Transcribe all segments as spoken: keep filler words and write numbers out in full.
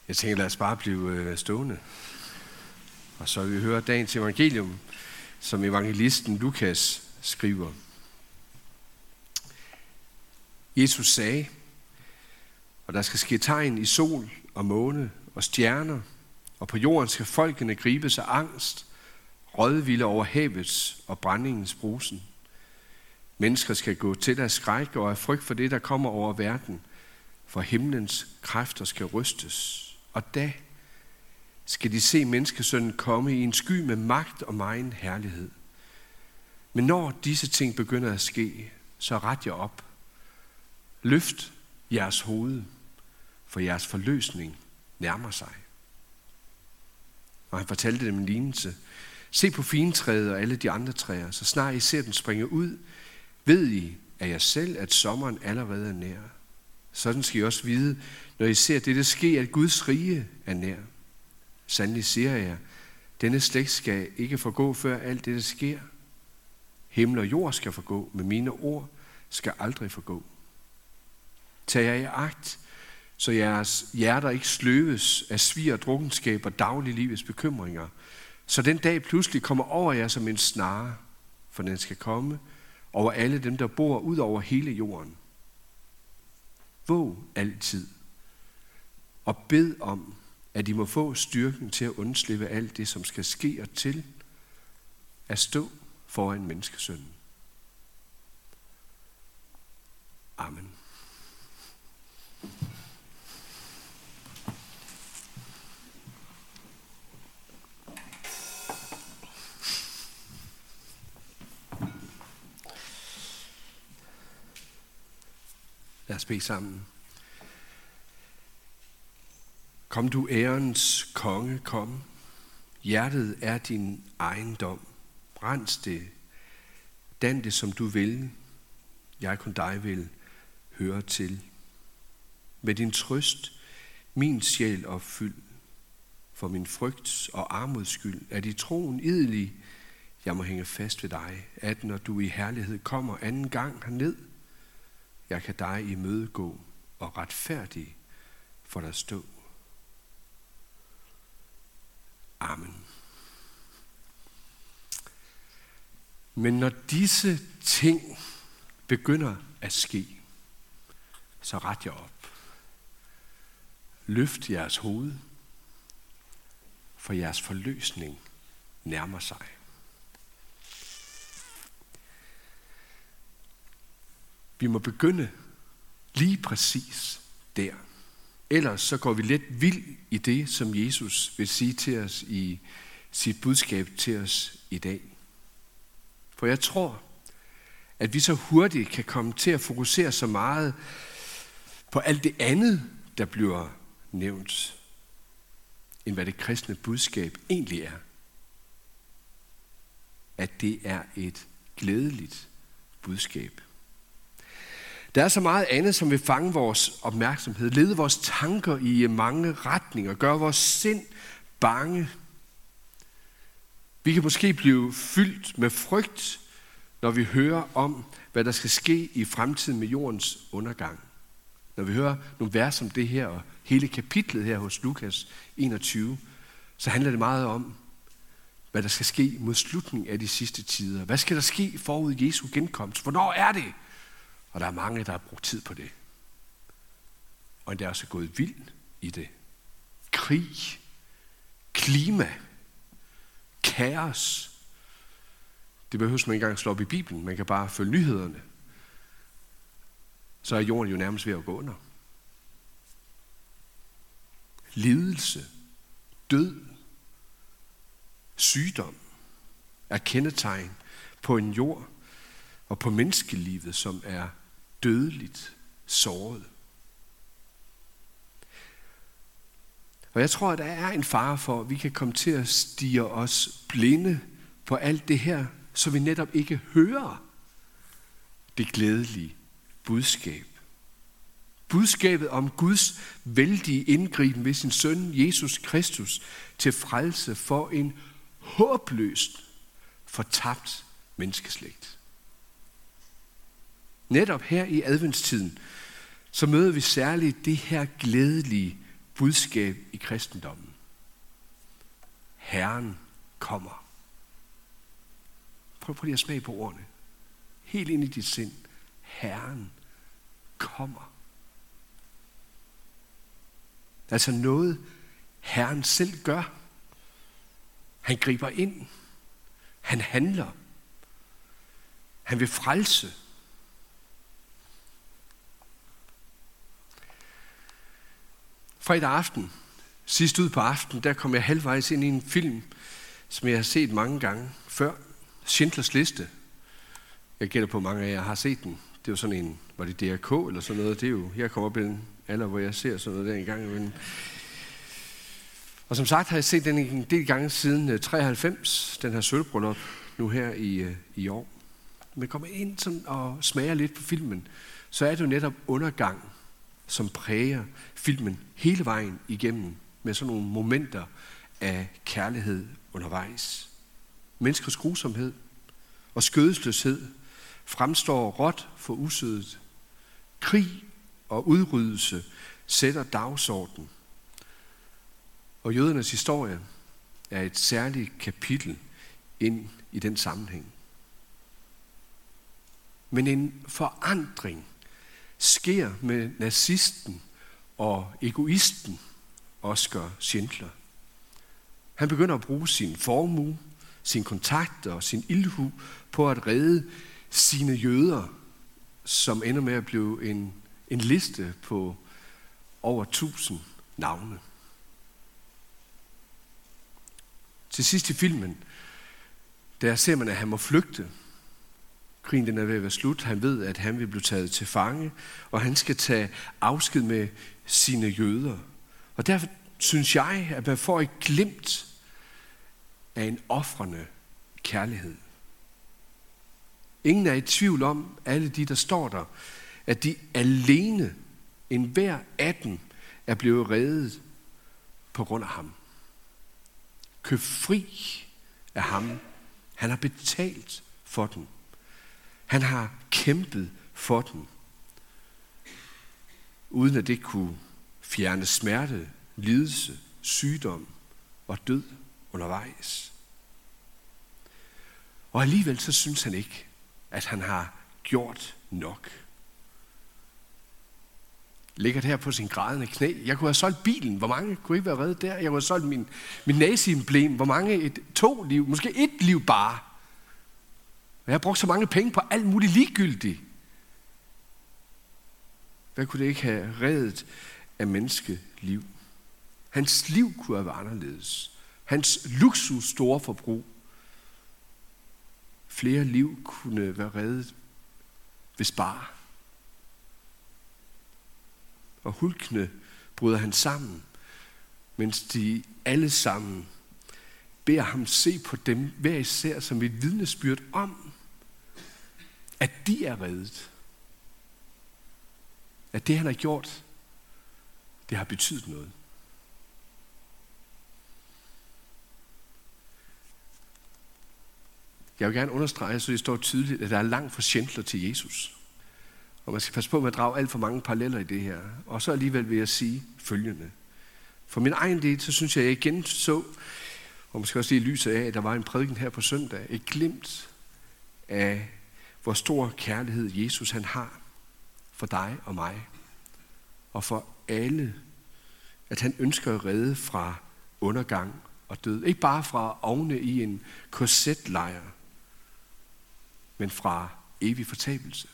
Jeg tænker, lad os bare blive stående. Og så vil vi høre dagens evangelium, som evangelisten Lukas skriver. Jesus sagde, og der skal ske tegn i sol og måne og stjerner, og på jorden skal folkene gribes af angst, rådvilde over havets og brændingens brusen. Mennesker skal gå til af skræk og af frygt for det, der kommer over verden, for himlens kræfter skal rystes. Og da skal de se menneskesønnen komme i en sky med magt og megen herlighed. Men når disse ting begynder at ske, så ret jer op. Løft jeres hoved, for jeres forløsning nærmer sig. Og han fortalte dem en lignelse. Se på figentræet og alle de andre træer, så snart I ser den springe ud, ved I af jer selv, at sommeren allerede er nær. Sådan skal I også vide, når I ser dette ske, at Guds rige er nær. Sandelig siger jeg, denne slægt skal ikke forgå, før alt dette sker. Himmel og jord skal forgå, men mine ord skal aldrig forgå. Tag jer i agt, så jeres hjerter ikke sløves af svig og drukkenskab og dagliglivets bekymringer, så den dag pludselig kommer over jer som en snare, for den skal komme over alle dem, der bor ud over hele jorden. Våg altid og bed om, at de må få styrken til at undslippe alt det, som skal ske og til at stå foran menneskesønnen. Amen. Lad os bede sammen. Kom du ærens konge, kom. Hjertet er din ejendom. Rens det. Dan det, som du vil. Jeg kun dig vil høre til. Med din trøst, min sjæl opfyld. For min frygt og armods skyld er de troen idelig. Jeg må hænge fast ved dig, at når du i herlighed kommer anden gang herned, jeg kan dig imødegå og retfærdig for dig stå. Amen. Men når disse ting begynder at ske, så ret jer op. Løft jeres hoved, for jeres forløsning nærmer sig. Vi må begynde lige præcis der. Ellers så går vi lidt vild i det, som Jesus vil sige til os i sit budskab til os i dag. For jeg tror, at vi så hurtigt kan komme til at fokusere så meget på alt det andet, der bliver nævnt, end hvad det kristne budskab egentlig er. At det er et glædeligt budskab. Der er så meget andet, som vil fange vores opmærksomhed, lede vores tanker i mange retninger, gøre vores sind bange. Vi kan måske blive fyldt med frygt, når vi hører om, hvad der skal ske i fremtiden med jordens undergang. Når vi hører nogle vers om det her, og hele kapitlet her hos Lukas enogtyve, så handler det meget om, hvad der skal ske mod slutningen af de sidste tider. Hvad skal der ske forud Jesu genkomst? Hvornår er det? Og der er mange, der har brugt tid på det. Og endda også gået vild i det. Krig, klima, kaos. Det behøver man ikke engang slå op i Bibelen. Man kan bare følge nyhederne. Så er jorden jo nærmest ved at gå under. Lidelse, død, sygdom er kendetegn på en jord og på menneskelivet, som er dødeligt såret. Og jeg tror, at der er en fare for, at vi kan komme til at stirre os blinde på alt det her, så vi netop ikke hører det glædelige budskab. Budskabet om Guds vældige indgriben ved sin søn Jesus Kristus til frelse for en håbløst fortabt menneskeslægt. Netop her i adventstiden, så møder vi særligt det her glædelige budskab i kristendommen. Herren kommer. Prøv, prøv lige at smage på ordene. Helt ind i dit sind. Herren kommer. Altså noget, Herren selv gør. Han griber ind. Han handler. Han vil frelse. Fredag aften, sidst ud på aftenen, der kom jeg halvvejs ind i en film, som jeg har set mange gange før. Schindlers Liste. Jeg gætter på, mange af jer har set den. Det er jo sådan en, var det D R K eller sådan noget? Det er jo, jeg kommer op i den alder, hvor jeg ser sådan noget der en gang. Og som sagt har jeg set den en del gange siden treoghalvfems, den her sølvbryllup, nu her i, i år. Men kommer ind sådan og smager lidt på filmen, så er det jo netop undergang, som præger filmen hele vejen igennem, med sådan nogle momenter af kærlighed undervejs. Menneskers grusomhed og skødesløshed fremstår råt for usødet. Krig og udryddelse sætter dagsordenen. Og jødernes historie er et særligt kapitel ind i den sammenhæng. Men en forandring sker med nazisten og egoisten Oskar Schindler. Han begynder at bruge sin formue, sin kontakter og sin ildhu på at redde sine jøder, som ender med at blive en, en liste på over tusind navne. Til sidst i filmen, der ser man, at han må flygte. Krigen den er ved at være slut. Han ved, at han vil blive taget til fange, og han skal tage afsked med sine jøder. Og derfor synes jeg, at man får et glimt af en ofrende kærlighed. Ingen er i tvivl om, alle de, der står der, at de alene, enhver af dem, er blevet reddet på grund af ham. Køb fri af ham. Han har betalt for den. Han har kæmpet for den, uden at det kunne fjerne smerte, lidelse, sygdom og død undervejs. Og alligevel så synes han ikke, at han har gjort nok. Ligger der på sin grædende knæ. Jeg kunne have solgt bilen. Hvor mange kunne ikke være reddet der? Jeg kunne have solgt min, min nazi-emblem. Hvor mange? Et, to liv. Måske et liv bare. Jeg har brugt så mange penge på alt muligt ligegyldigt. Hvad kunne det ikke have reddet af menneskeliv? Hans liv kunne have været anderledes. Hans luksus store forbrug. Flere liv kunne være reddet, hvis bare. Og hulkende bryder han sammen, mens de alle sammen beder ham se på dem hver især som et vidnesbyrd om, at de er reddet. At det, han har gjort, det har betydet noget. Jeg vil gerne understrege, så det står tydeligt, at der er langt fra Schindler til Jesus. Og man skal passe på med at drage alt for mange paralleller i det her. Og så alligevel vil jeg sige følgende. For min egen del, så synes jeg, at jeg igen så, og måske også lige i lyset af, at der var en prædiken her på søndag, et glimt af, hvor stor kærlighed Jesus han har for dig og mig. Og for alle, at han ønsker at redde fra undergang og død. Ikke bare fra ovne i en korsetlejr, men fra evig fortabelse.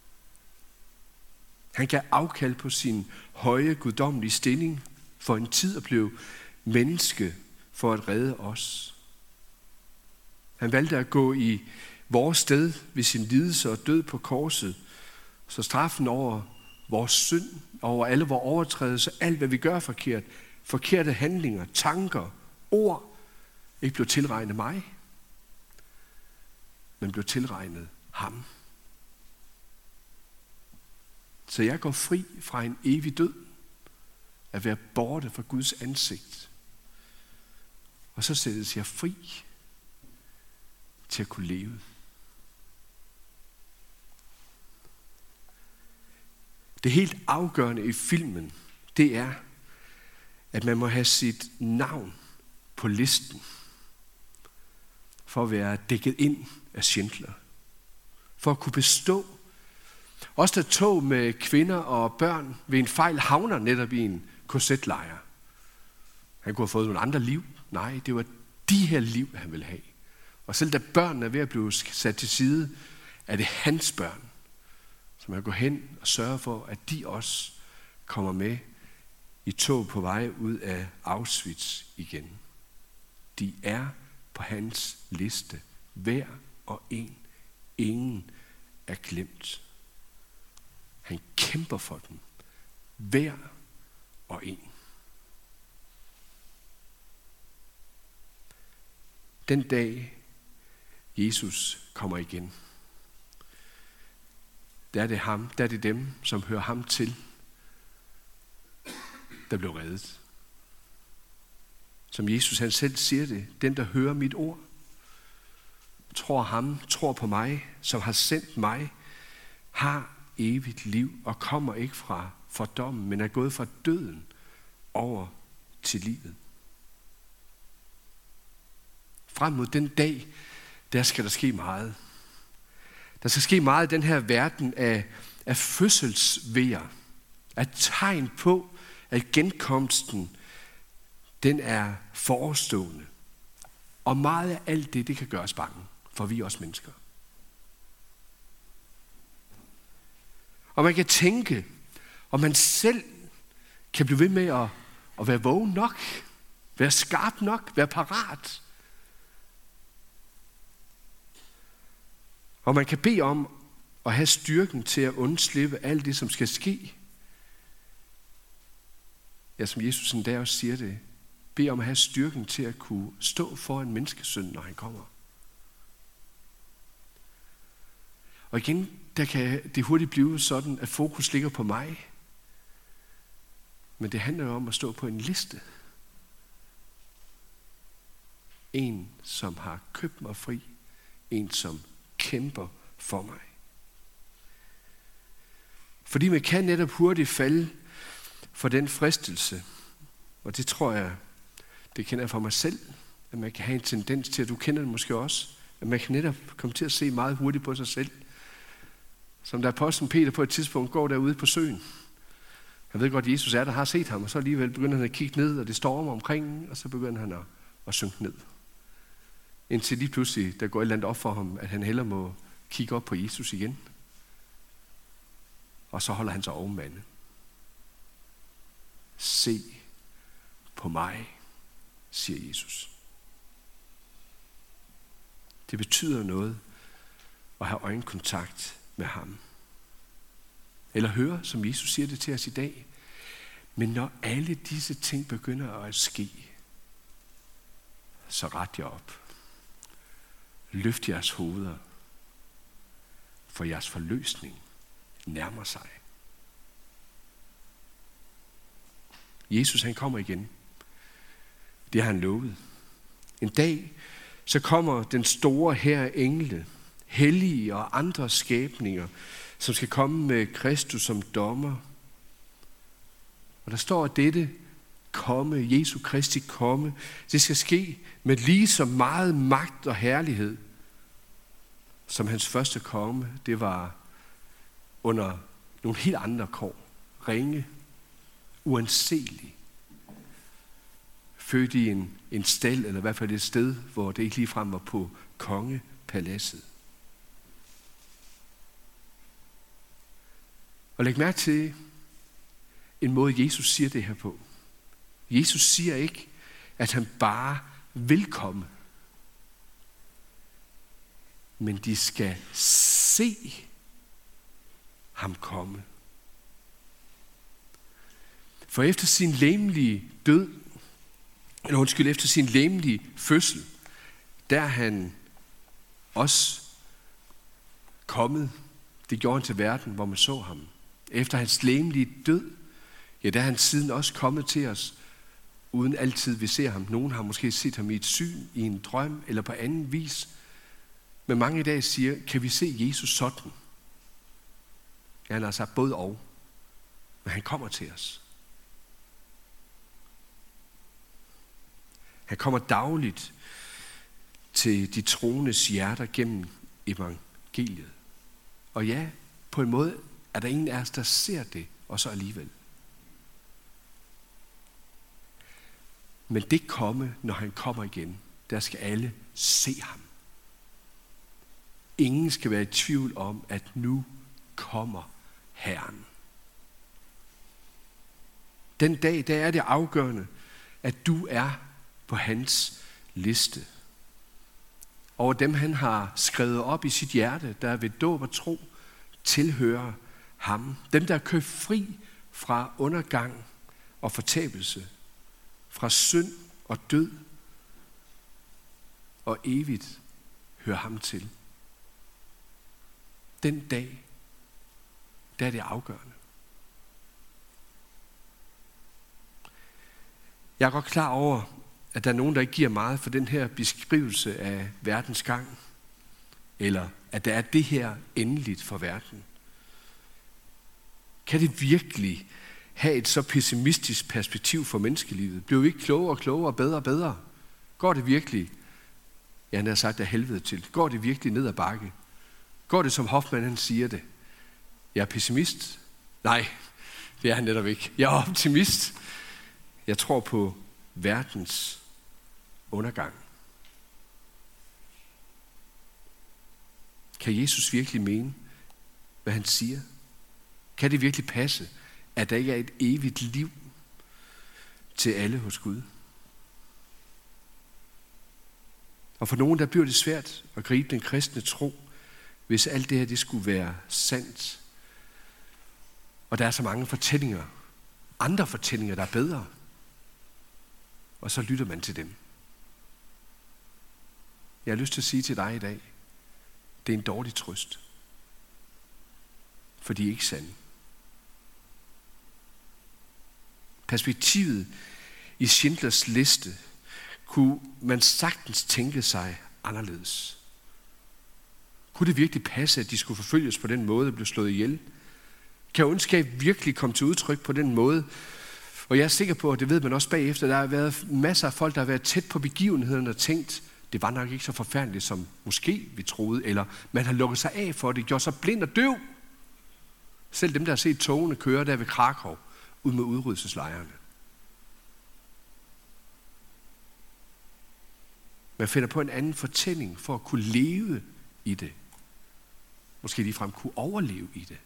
Han gav afkald på sin høje, guddommelige stilling for en tid at blive menneske for at redde os. Han valgte at gå i vores sted ved sin lidelse og død på korset, så straffen over vores synd, over alle vores overtrædelser, alt hvad vi gør forkert, forkerte handlinger, tanker, ord, ikke blev tilregnet mig, men blev tilregnet ham. Så jeg går fri fra en evig død, at være borte fra Guds ansigt. Og så sættes jeg fri til at kunne leve. Det helt afgørende i filmen, det er, at man må have sit navn på listen for at være dækket ind af Schindler. For at kunne bestå. Også der tog med kvinder og børn ved en fejl havner netop i en korsetlejr. Han kunne have fået nogle andre liv. Nej, det var de her liv, han ville have. Og selv da børnene er ved at blive sat til side, er det hans børn, som han går hen og sørger for, at de også kommer med i tog på vej ud af Auschwitz igen. De er på hans liste. Hver og en. Ingen er glemt. Han kæmper for dem. Hver og en. Den dag Jesus kommer igen, der er det ham, der er det dem, som hører ham til, der blev reddet. Som Jesus han selv siger det, den der hører mit ord, tror ham, tror på mig, som har sendt mig, har evigt liv og kommer ikke fra fordommen, men er gået fra døden over til livet. Frem mod den dag, der skal der ske meget. Der skal ske meget i den her verden af, af fødselsvejer, af tegn på, at genkomsten, den er forestående. Og meget af alt det, det kan gøre os bange, for vi er også mennesker. Og man kan tænke, og man selv kan blive ved med at, at være vågen nok, være skarp nok, være parat. Og man kan bede om at have styrken til at undslippe alt det, som skal ske. Ja, som Jesus endda også siger det. Bed om at have styrken til at kunne stå for en menneskesøn, når han kommer. Og igen, der kan det hurtigt blive sådan, at fokus ligger på mig. Men det handler jo om at stå på en liste. En, som har købt mig fri. En, som kæmper for mig. Fordi man kan netop hurtigt falde for den fristelse. Og det tror jeg, det kender jeg for mig selv, at man kan have en tendens til, at du kender det måske også, at man kan netop komme til at se meget hurtigt på sig selv. Som da apostlen Peter på et tidspunkt går derude på søen. Jeg ved godt, at Jesus er der, har set ham, og så alligevel begynder han at kigge ned, og det stormer omkring, og så begynder han at, at synke ned. Indtil lige pludselig, der går et eller andet op for ham, at han hellere må kigge op på Jesus igen. Og så holder han sig ovenvande. Se på mig, siger Jesus. Det betyder noget at have øjenkontakt med ham. Eller høre, som Jesus siger det til os i dag. Men når alle disse ting begynder at ske, så ret jer op. Løft jeres hoveder, for jeres forløsning nærmer sig. Jesus han kommer igen. Det har han lovet. En dag, så kommer den store hær af engle, hellige og andre skabninger, som skal komme med Kristus som dommer. Og der står, at dette komme, Jesu Kristi komme, det skal ske med lige så meget magt og herlighed, som hans første komme, det var under nogle helt andre kår. Ringe, uanselig. Født i en, en stald, eller i hvert fald et sted, hvor det ikke ligefrem var på kongepaladset. Og læg mærke til en måde, Jesus siger det her på. Jesus siger ikke, at han bare vil komme. Men de skal se ham komme. For efter sin legemlige død, eller undskyld, efter sin legemlige fødsel, der er han også kommet. Det gjorde han til verden, hvor man så ham. Efter hans legemlige død, ja, der er han siden også kommet til os, uden altid vi ser ham. Nogen har måske set ham i et syn, i en drøm, eller på anden vis. Men mange i dag siger, kan vi se Jesus sådan? Ja, han har sagt både og. Men han kommer til os. Han kommer dagligt til de troendes hjerter gennem evangeliet. Og ja, på en måde er der ingen af os, der ser det, og så alligevel. Men det komme, når han kommer igen, der skal alle se ham. Ingen skal være i tvivl om, at nu kommer Herren. Den dag, der er det afgørende, at du er på hans liste. Over dem, han har skrevet op i sit hjerte, der ved dåb og tro tilhører ham. Dem, der er købt fri fra undergang og fortabelse, fra synd og død, og evigt hører ham til. Den dag, der er det afgørende. Jeg er godt klar over, at der er nogen, der ikke giver meget for den her beskrivelse af verdens gang, eller at der er det her endeligt for verden. Kan det virkelig have et så pessimistisk perspektiv for menneskelivet? Bliver vi ikke klogere og klogere og bedre og bedre? Går det virkelig, ja, han har sagt af helvede til, går det virkelig ned ad bakke? Går det, som Hoffmann han siger det? Jeg er pessimist? Nej, det er han netop ikke. Jeg er optimist. Jeg tror på verdens undergang. Kan Jesus virkelig mene, hvad han siger? Kan det virkelig passe, at der ikke er et evigt liv til alle hos Gud? Og for nogen, der bliver det svært at gribe den kristne tro, hvis alt det her det skulle være sandt. Og der er så mange fortællinger, andre fortællinger, der er bedre. Og så lytter man til dem. Jeg har lyst til at sige til dig i dag, det er en dårlig trøst. For de er ikke sande. Perspektivet i Schindlers liste kunne man sagtens tænke sig anderledes. Kunne det virkelig passe, at de skulle forfølges på den måde og blive slået ihjel? Kan ondskab virkelig komme til udtryk på den måde? Og jeg er sikker på, at det ved man også bagefter, der har været masser af folk, der har været tæt på begivenheden og tænkt, det var nok ikke så forfærdeligt, som måske vi troede, eller man har lukket sig af for det, gjort sig blind og døv. Selv dem, der har set togene køre der ved Krakow, ud med udryddelseslejrene. Man finder på en anden fortælling for at kunne leve i det. Måske ligefrem kunne overleve i det.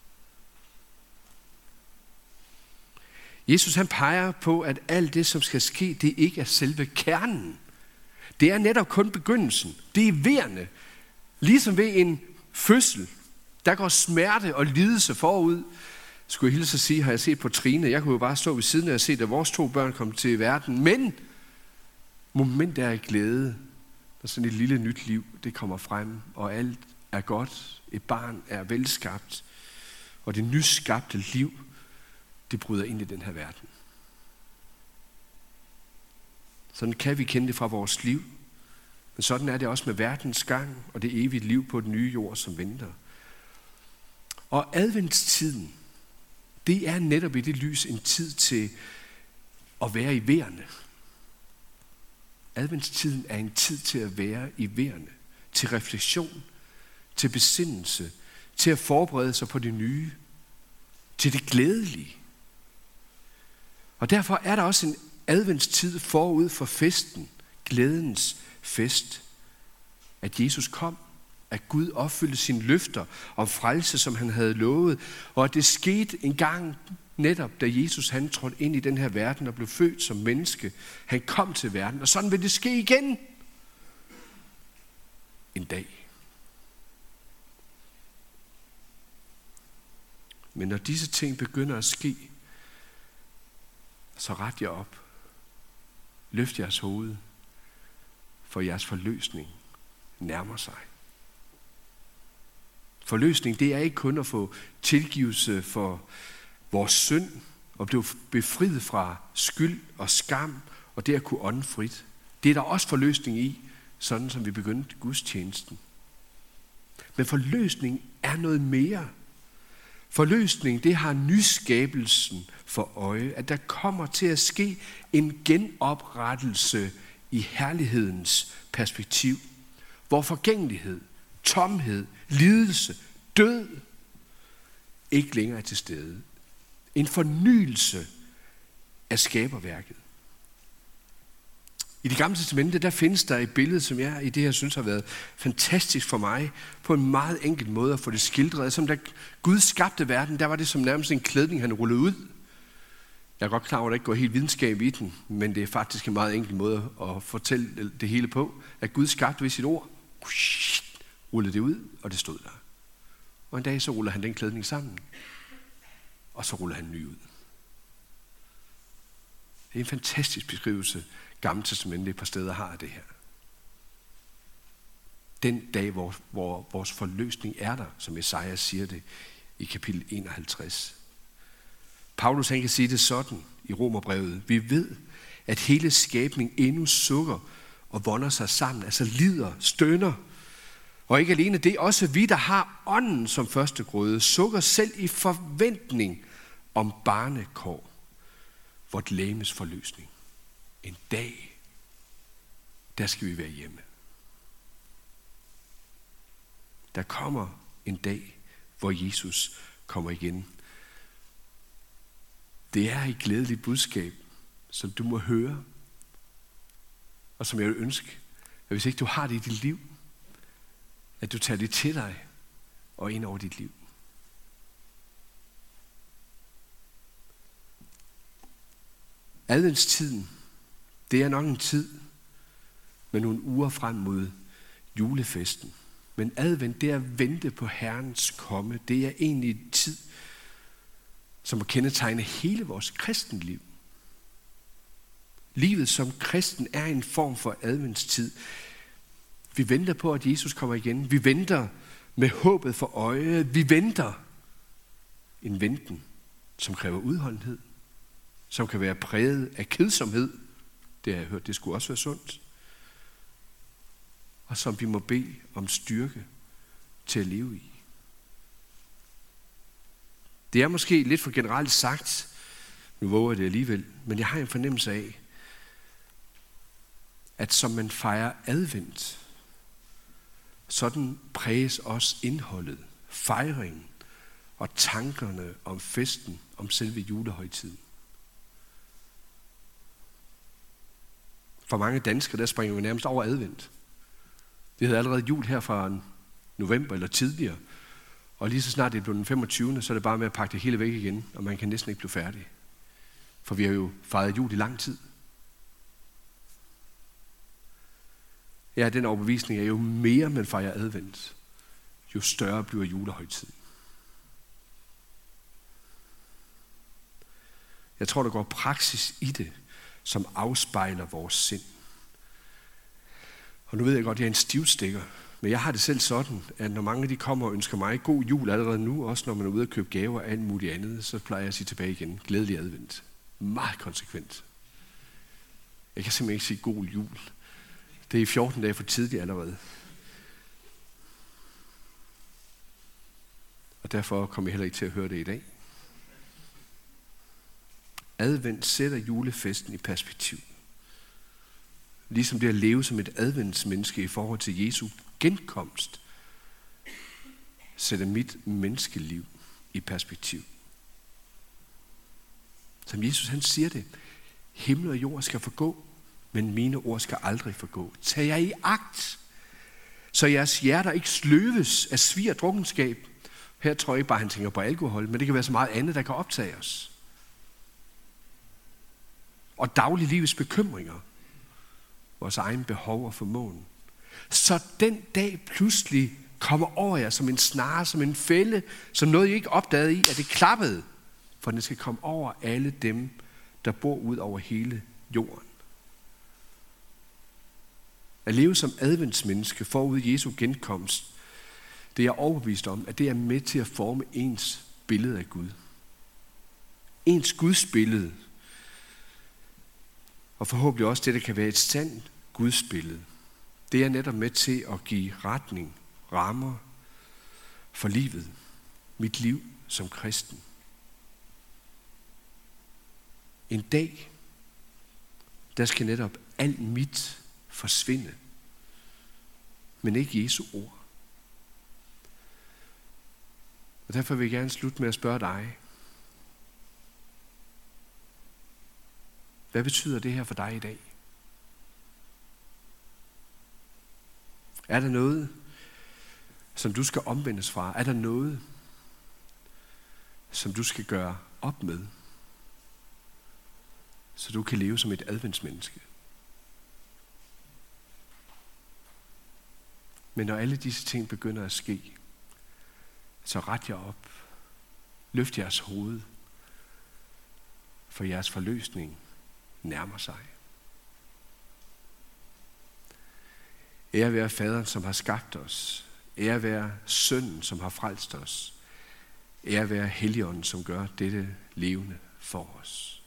Jesus han peger på, at alt det, som skal ske, det ikke er selve kernen. Det er netop kun begyndelsen. Det er værende. Ligesom ved en fødsel, der går smerte og lidelse forud. Skulle jeg hilse at sige, har jeg set på Trine. Jeg kunne jo bare stå ved siden af og se, at vores to børn kom til verden. Men momentet er glæde, når sådan et lille nyt liv, det kommer frem, og alt er godt. Et barn er velskabt, og det nyskabte liv, det bryder ind i den her verden. Sådan kan vi kende det fra vores liv, men sådan er det også med verdens gang, og det evige liv på den nye jord, som venter. Og adventstiden, det er netop i det lys en tid til at være i værende. Adventstiden er en tid til at være i værende, til refleksion, til besindelse, til at forberede sig på det nye, til det glædelige. Og derfor er der også en adventstid forud for festen, glædens fest, at Jesus kom, at Gud opfyldte sine løfter om frelse, som han havde lovet, og at det skete en gang netop, da Jesus han trådte ind i den her verden og blev født som menneske. Han kom til verden, og sådan vil det ske igen en dag. Men når disse ting begynder at ske, så ret jer op. Løft jeres hoved, for jeres forløsning nærmer sig. Forløsning, det er ikke kun at få tilgivelse for vores synd, og blive befriet fra skyld og skam, og det at kunne ånde frit. Det er der også forløsning i, sådan som vi begyndte gudstjenesten. Men forløsning er noget mere. Forløsning, det har nyskabelsen for øje, at der kommer til at ske en genoprettelse i herlighedens perspektiv, hvor forgængelighed, tomhed, lidelse, død ikke længere er til stede. En fornyelse af skaberværket. I Det Gamle Testamente, der findes der et billede, som jeg i det her synes har været fantastisk for mig, på en meget enkel måde at få det skildret. Som da Gud skabte verden, der var det som nærmest en klædning, han rullede ud. Jeg er godt klar over, at der ikke går helt videnskab i den, men det er faktisk en meget enkel måde at fortælle det hele på, at Gud skabte ved sit ord, rullede det ud, og det stod der. Og en dag så ruller han den klædning sammen, og så ruller han en ny ud. Det er en fantastisk beskrivelse, Gamle Testamente et par steder har af det her. Den dag, hvor, hvor vores forløsning er der, som Esajas siger det i kapitel enoghalvtreds. Paulus han kan sige det sådan i Romerbrevet. Vi ved, at hele skabning endnu sukker og vonder sig sammen, altså lider, stønner. Og ikke alene det, også vi, der har ånden som første grøde, sukker selv i forventning om barnekår, vort legemes forløsning. En dag, der skal vi være hjemme. Der kommer en dag, hvor Jesus kommer igen. Det er et glædeligt budskab, som du må høre, og som jeg vil ønske, at hvis ikke du har det i dit liv, at du tager det til dig og ind over dit liv. Adventstiden, det er nok en tid med nogle uger frem mod julefesten. Men advent, det er at vente på Herrens komme. Det er egentlig en tid, som at kendetegne hele vores kristenliv. Livet som kristen er en form for adventstid. Vi venter på, at Jesus kommer igen. Vi venter med håbet for øje. Vi venter en venten, som kræver udholdenhed, som kan være præget af kedsomhed. Det har jeg hørt, det skulle også være sundt. Og som vi må bede om styrke til at leve i. Det er måske lidt for generelt sagt, nu våger jeg det alligevel, men jeg har en fornemmelse af, at som man fejrer advent, sådan præges også indholdet, fejringen og tankerne om festen, om selve julehøjtiden. For mange danskere, der springer vi nærmest over advent. Det hedder allerede jul her fra november eller tidligere. Og lige så snart det er blevet den femogtyvende så er det bare med at pakke det hele væk igen, og man kan næsten ikke blive færdig. For vi har jo fejret jul i lang tid. Ja, den overbevisning er jo mere man fejrer advent, jo større bliver julehøjtiden. Jeg tror, der går praksis i det, som afspejler vores sind. Og nu ved jeg godt, at jeg er en stivstikker, men jeg har det selv sådan, at når mange de kommer og ønsker mig god jul allerede nu, også når man er ude at købe gaver og alt muligt andet, så plejer jeg at sige tilbage igen, glædelig advent. Meget konsekvent. Jeg kan simpelthen ikke sige god jul. Det er i fjorten dage for tidligt allerede. Og derfor kommer jeg heller ikke til at høre det i dag. Advent sætter julefesten i perspektiv. Ligesom det at leve som et adventsmenneske i forhold til Jesu genkomst, sætter mit menneskeliv i perspektiv. Som Jesus han siger det, himmel og jord skal forgå, men mine ord skal aldrig forgå. Tag jer i agt, så jeres hjerter ikke sløves af svig og drukkenskab. Her tror jeg ikke bare, han tænker på alkohol, men det kan være så meget andet, der kan optage os. Og dagliglivets bekymringer, vores egen behov og formåen. Så den dag pludselig kommer over jer som en snare, som en fælde, som noget I ikke opdagede i, at det klappede, for den skal komme over alle dem, der bor ud over hele jorden. At leve som adventsmenneske forud Jesu genkomst, det er jeg overbevist om, at det er med til at forme ens billede af Gud. Ens Guds billede. Og forhåbentlig også det, der kan være et sandt Guds billede. Det er netop med til at give retning, rammer for livet. Mit liv som kristen. En dag, der skal netop alt mit forsvinde, men ikke Jesu ord. Og derfor vil jeg gerne slutte med at spørge dig, hvad betyder det her for dig i dag? Er der noget, som du skal omvendes fra? Er der noget, som du skal gøre op med, så du kan leve som et adventsmenneske? Men når alle disse ting begynder at ske, så ret jer op. Løft jeres hoved, for jeres forløsning nærmer sig. Ære være faderen, som har skabt os. Ære være sønnen, som har frelst os. Ære være Helligånden, som gør dette levende for os.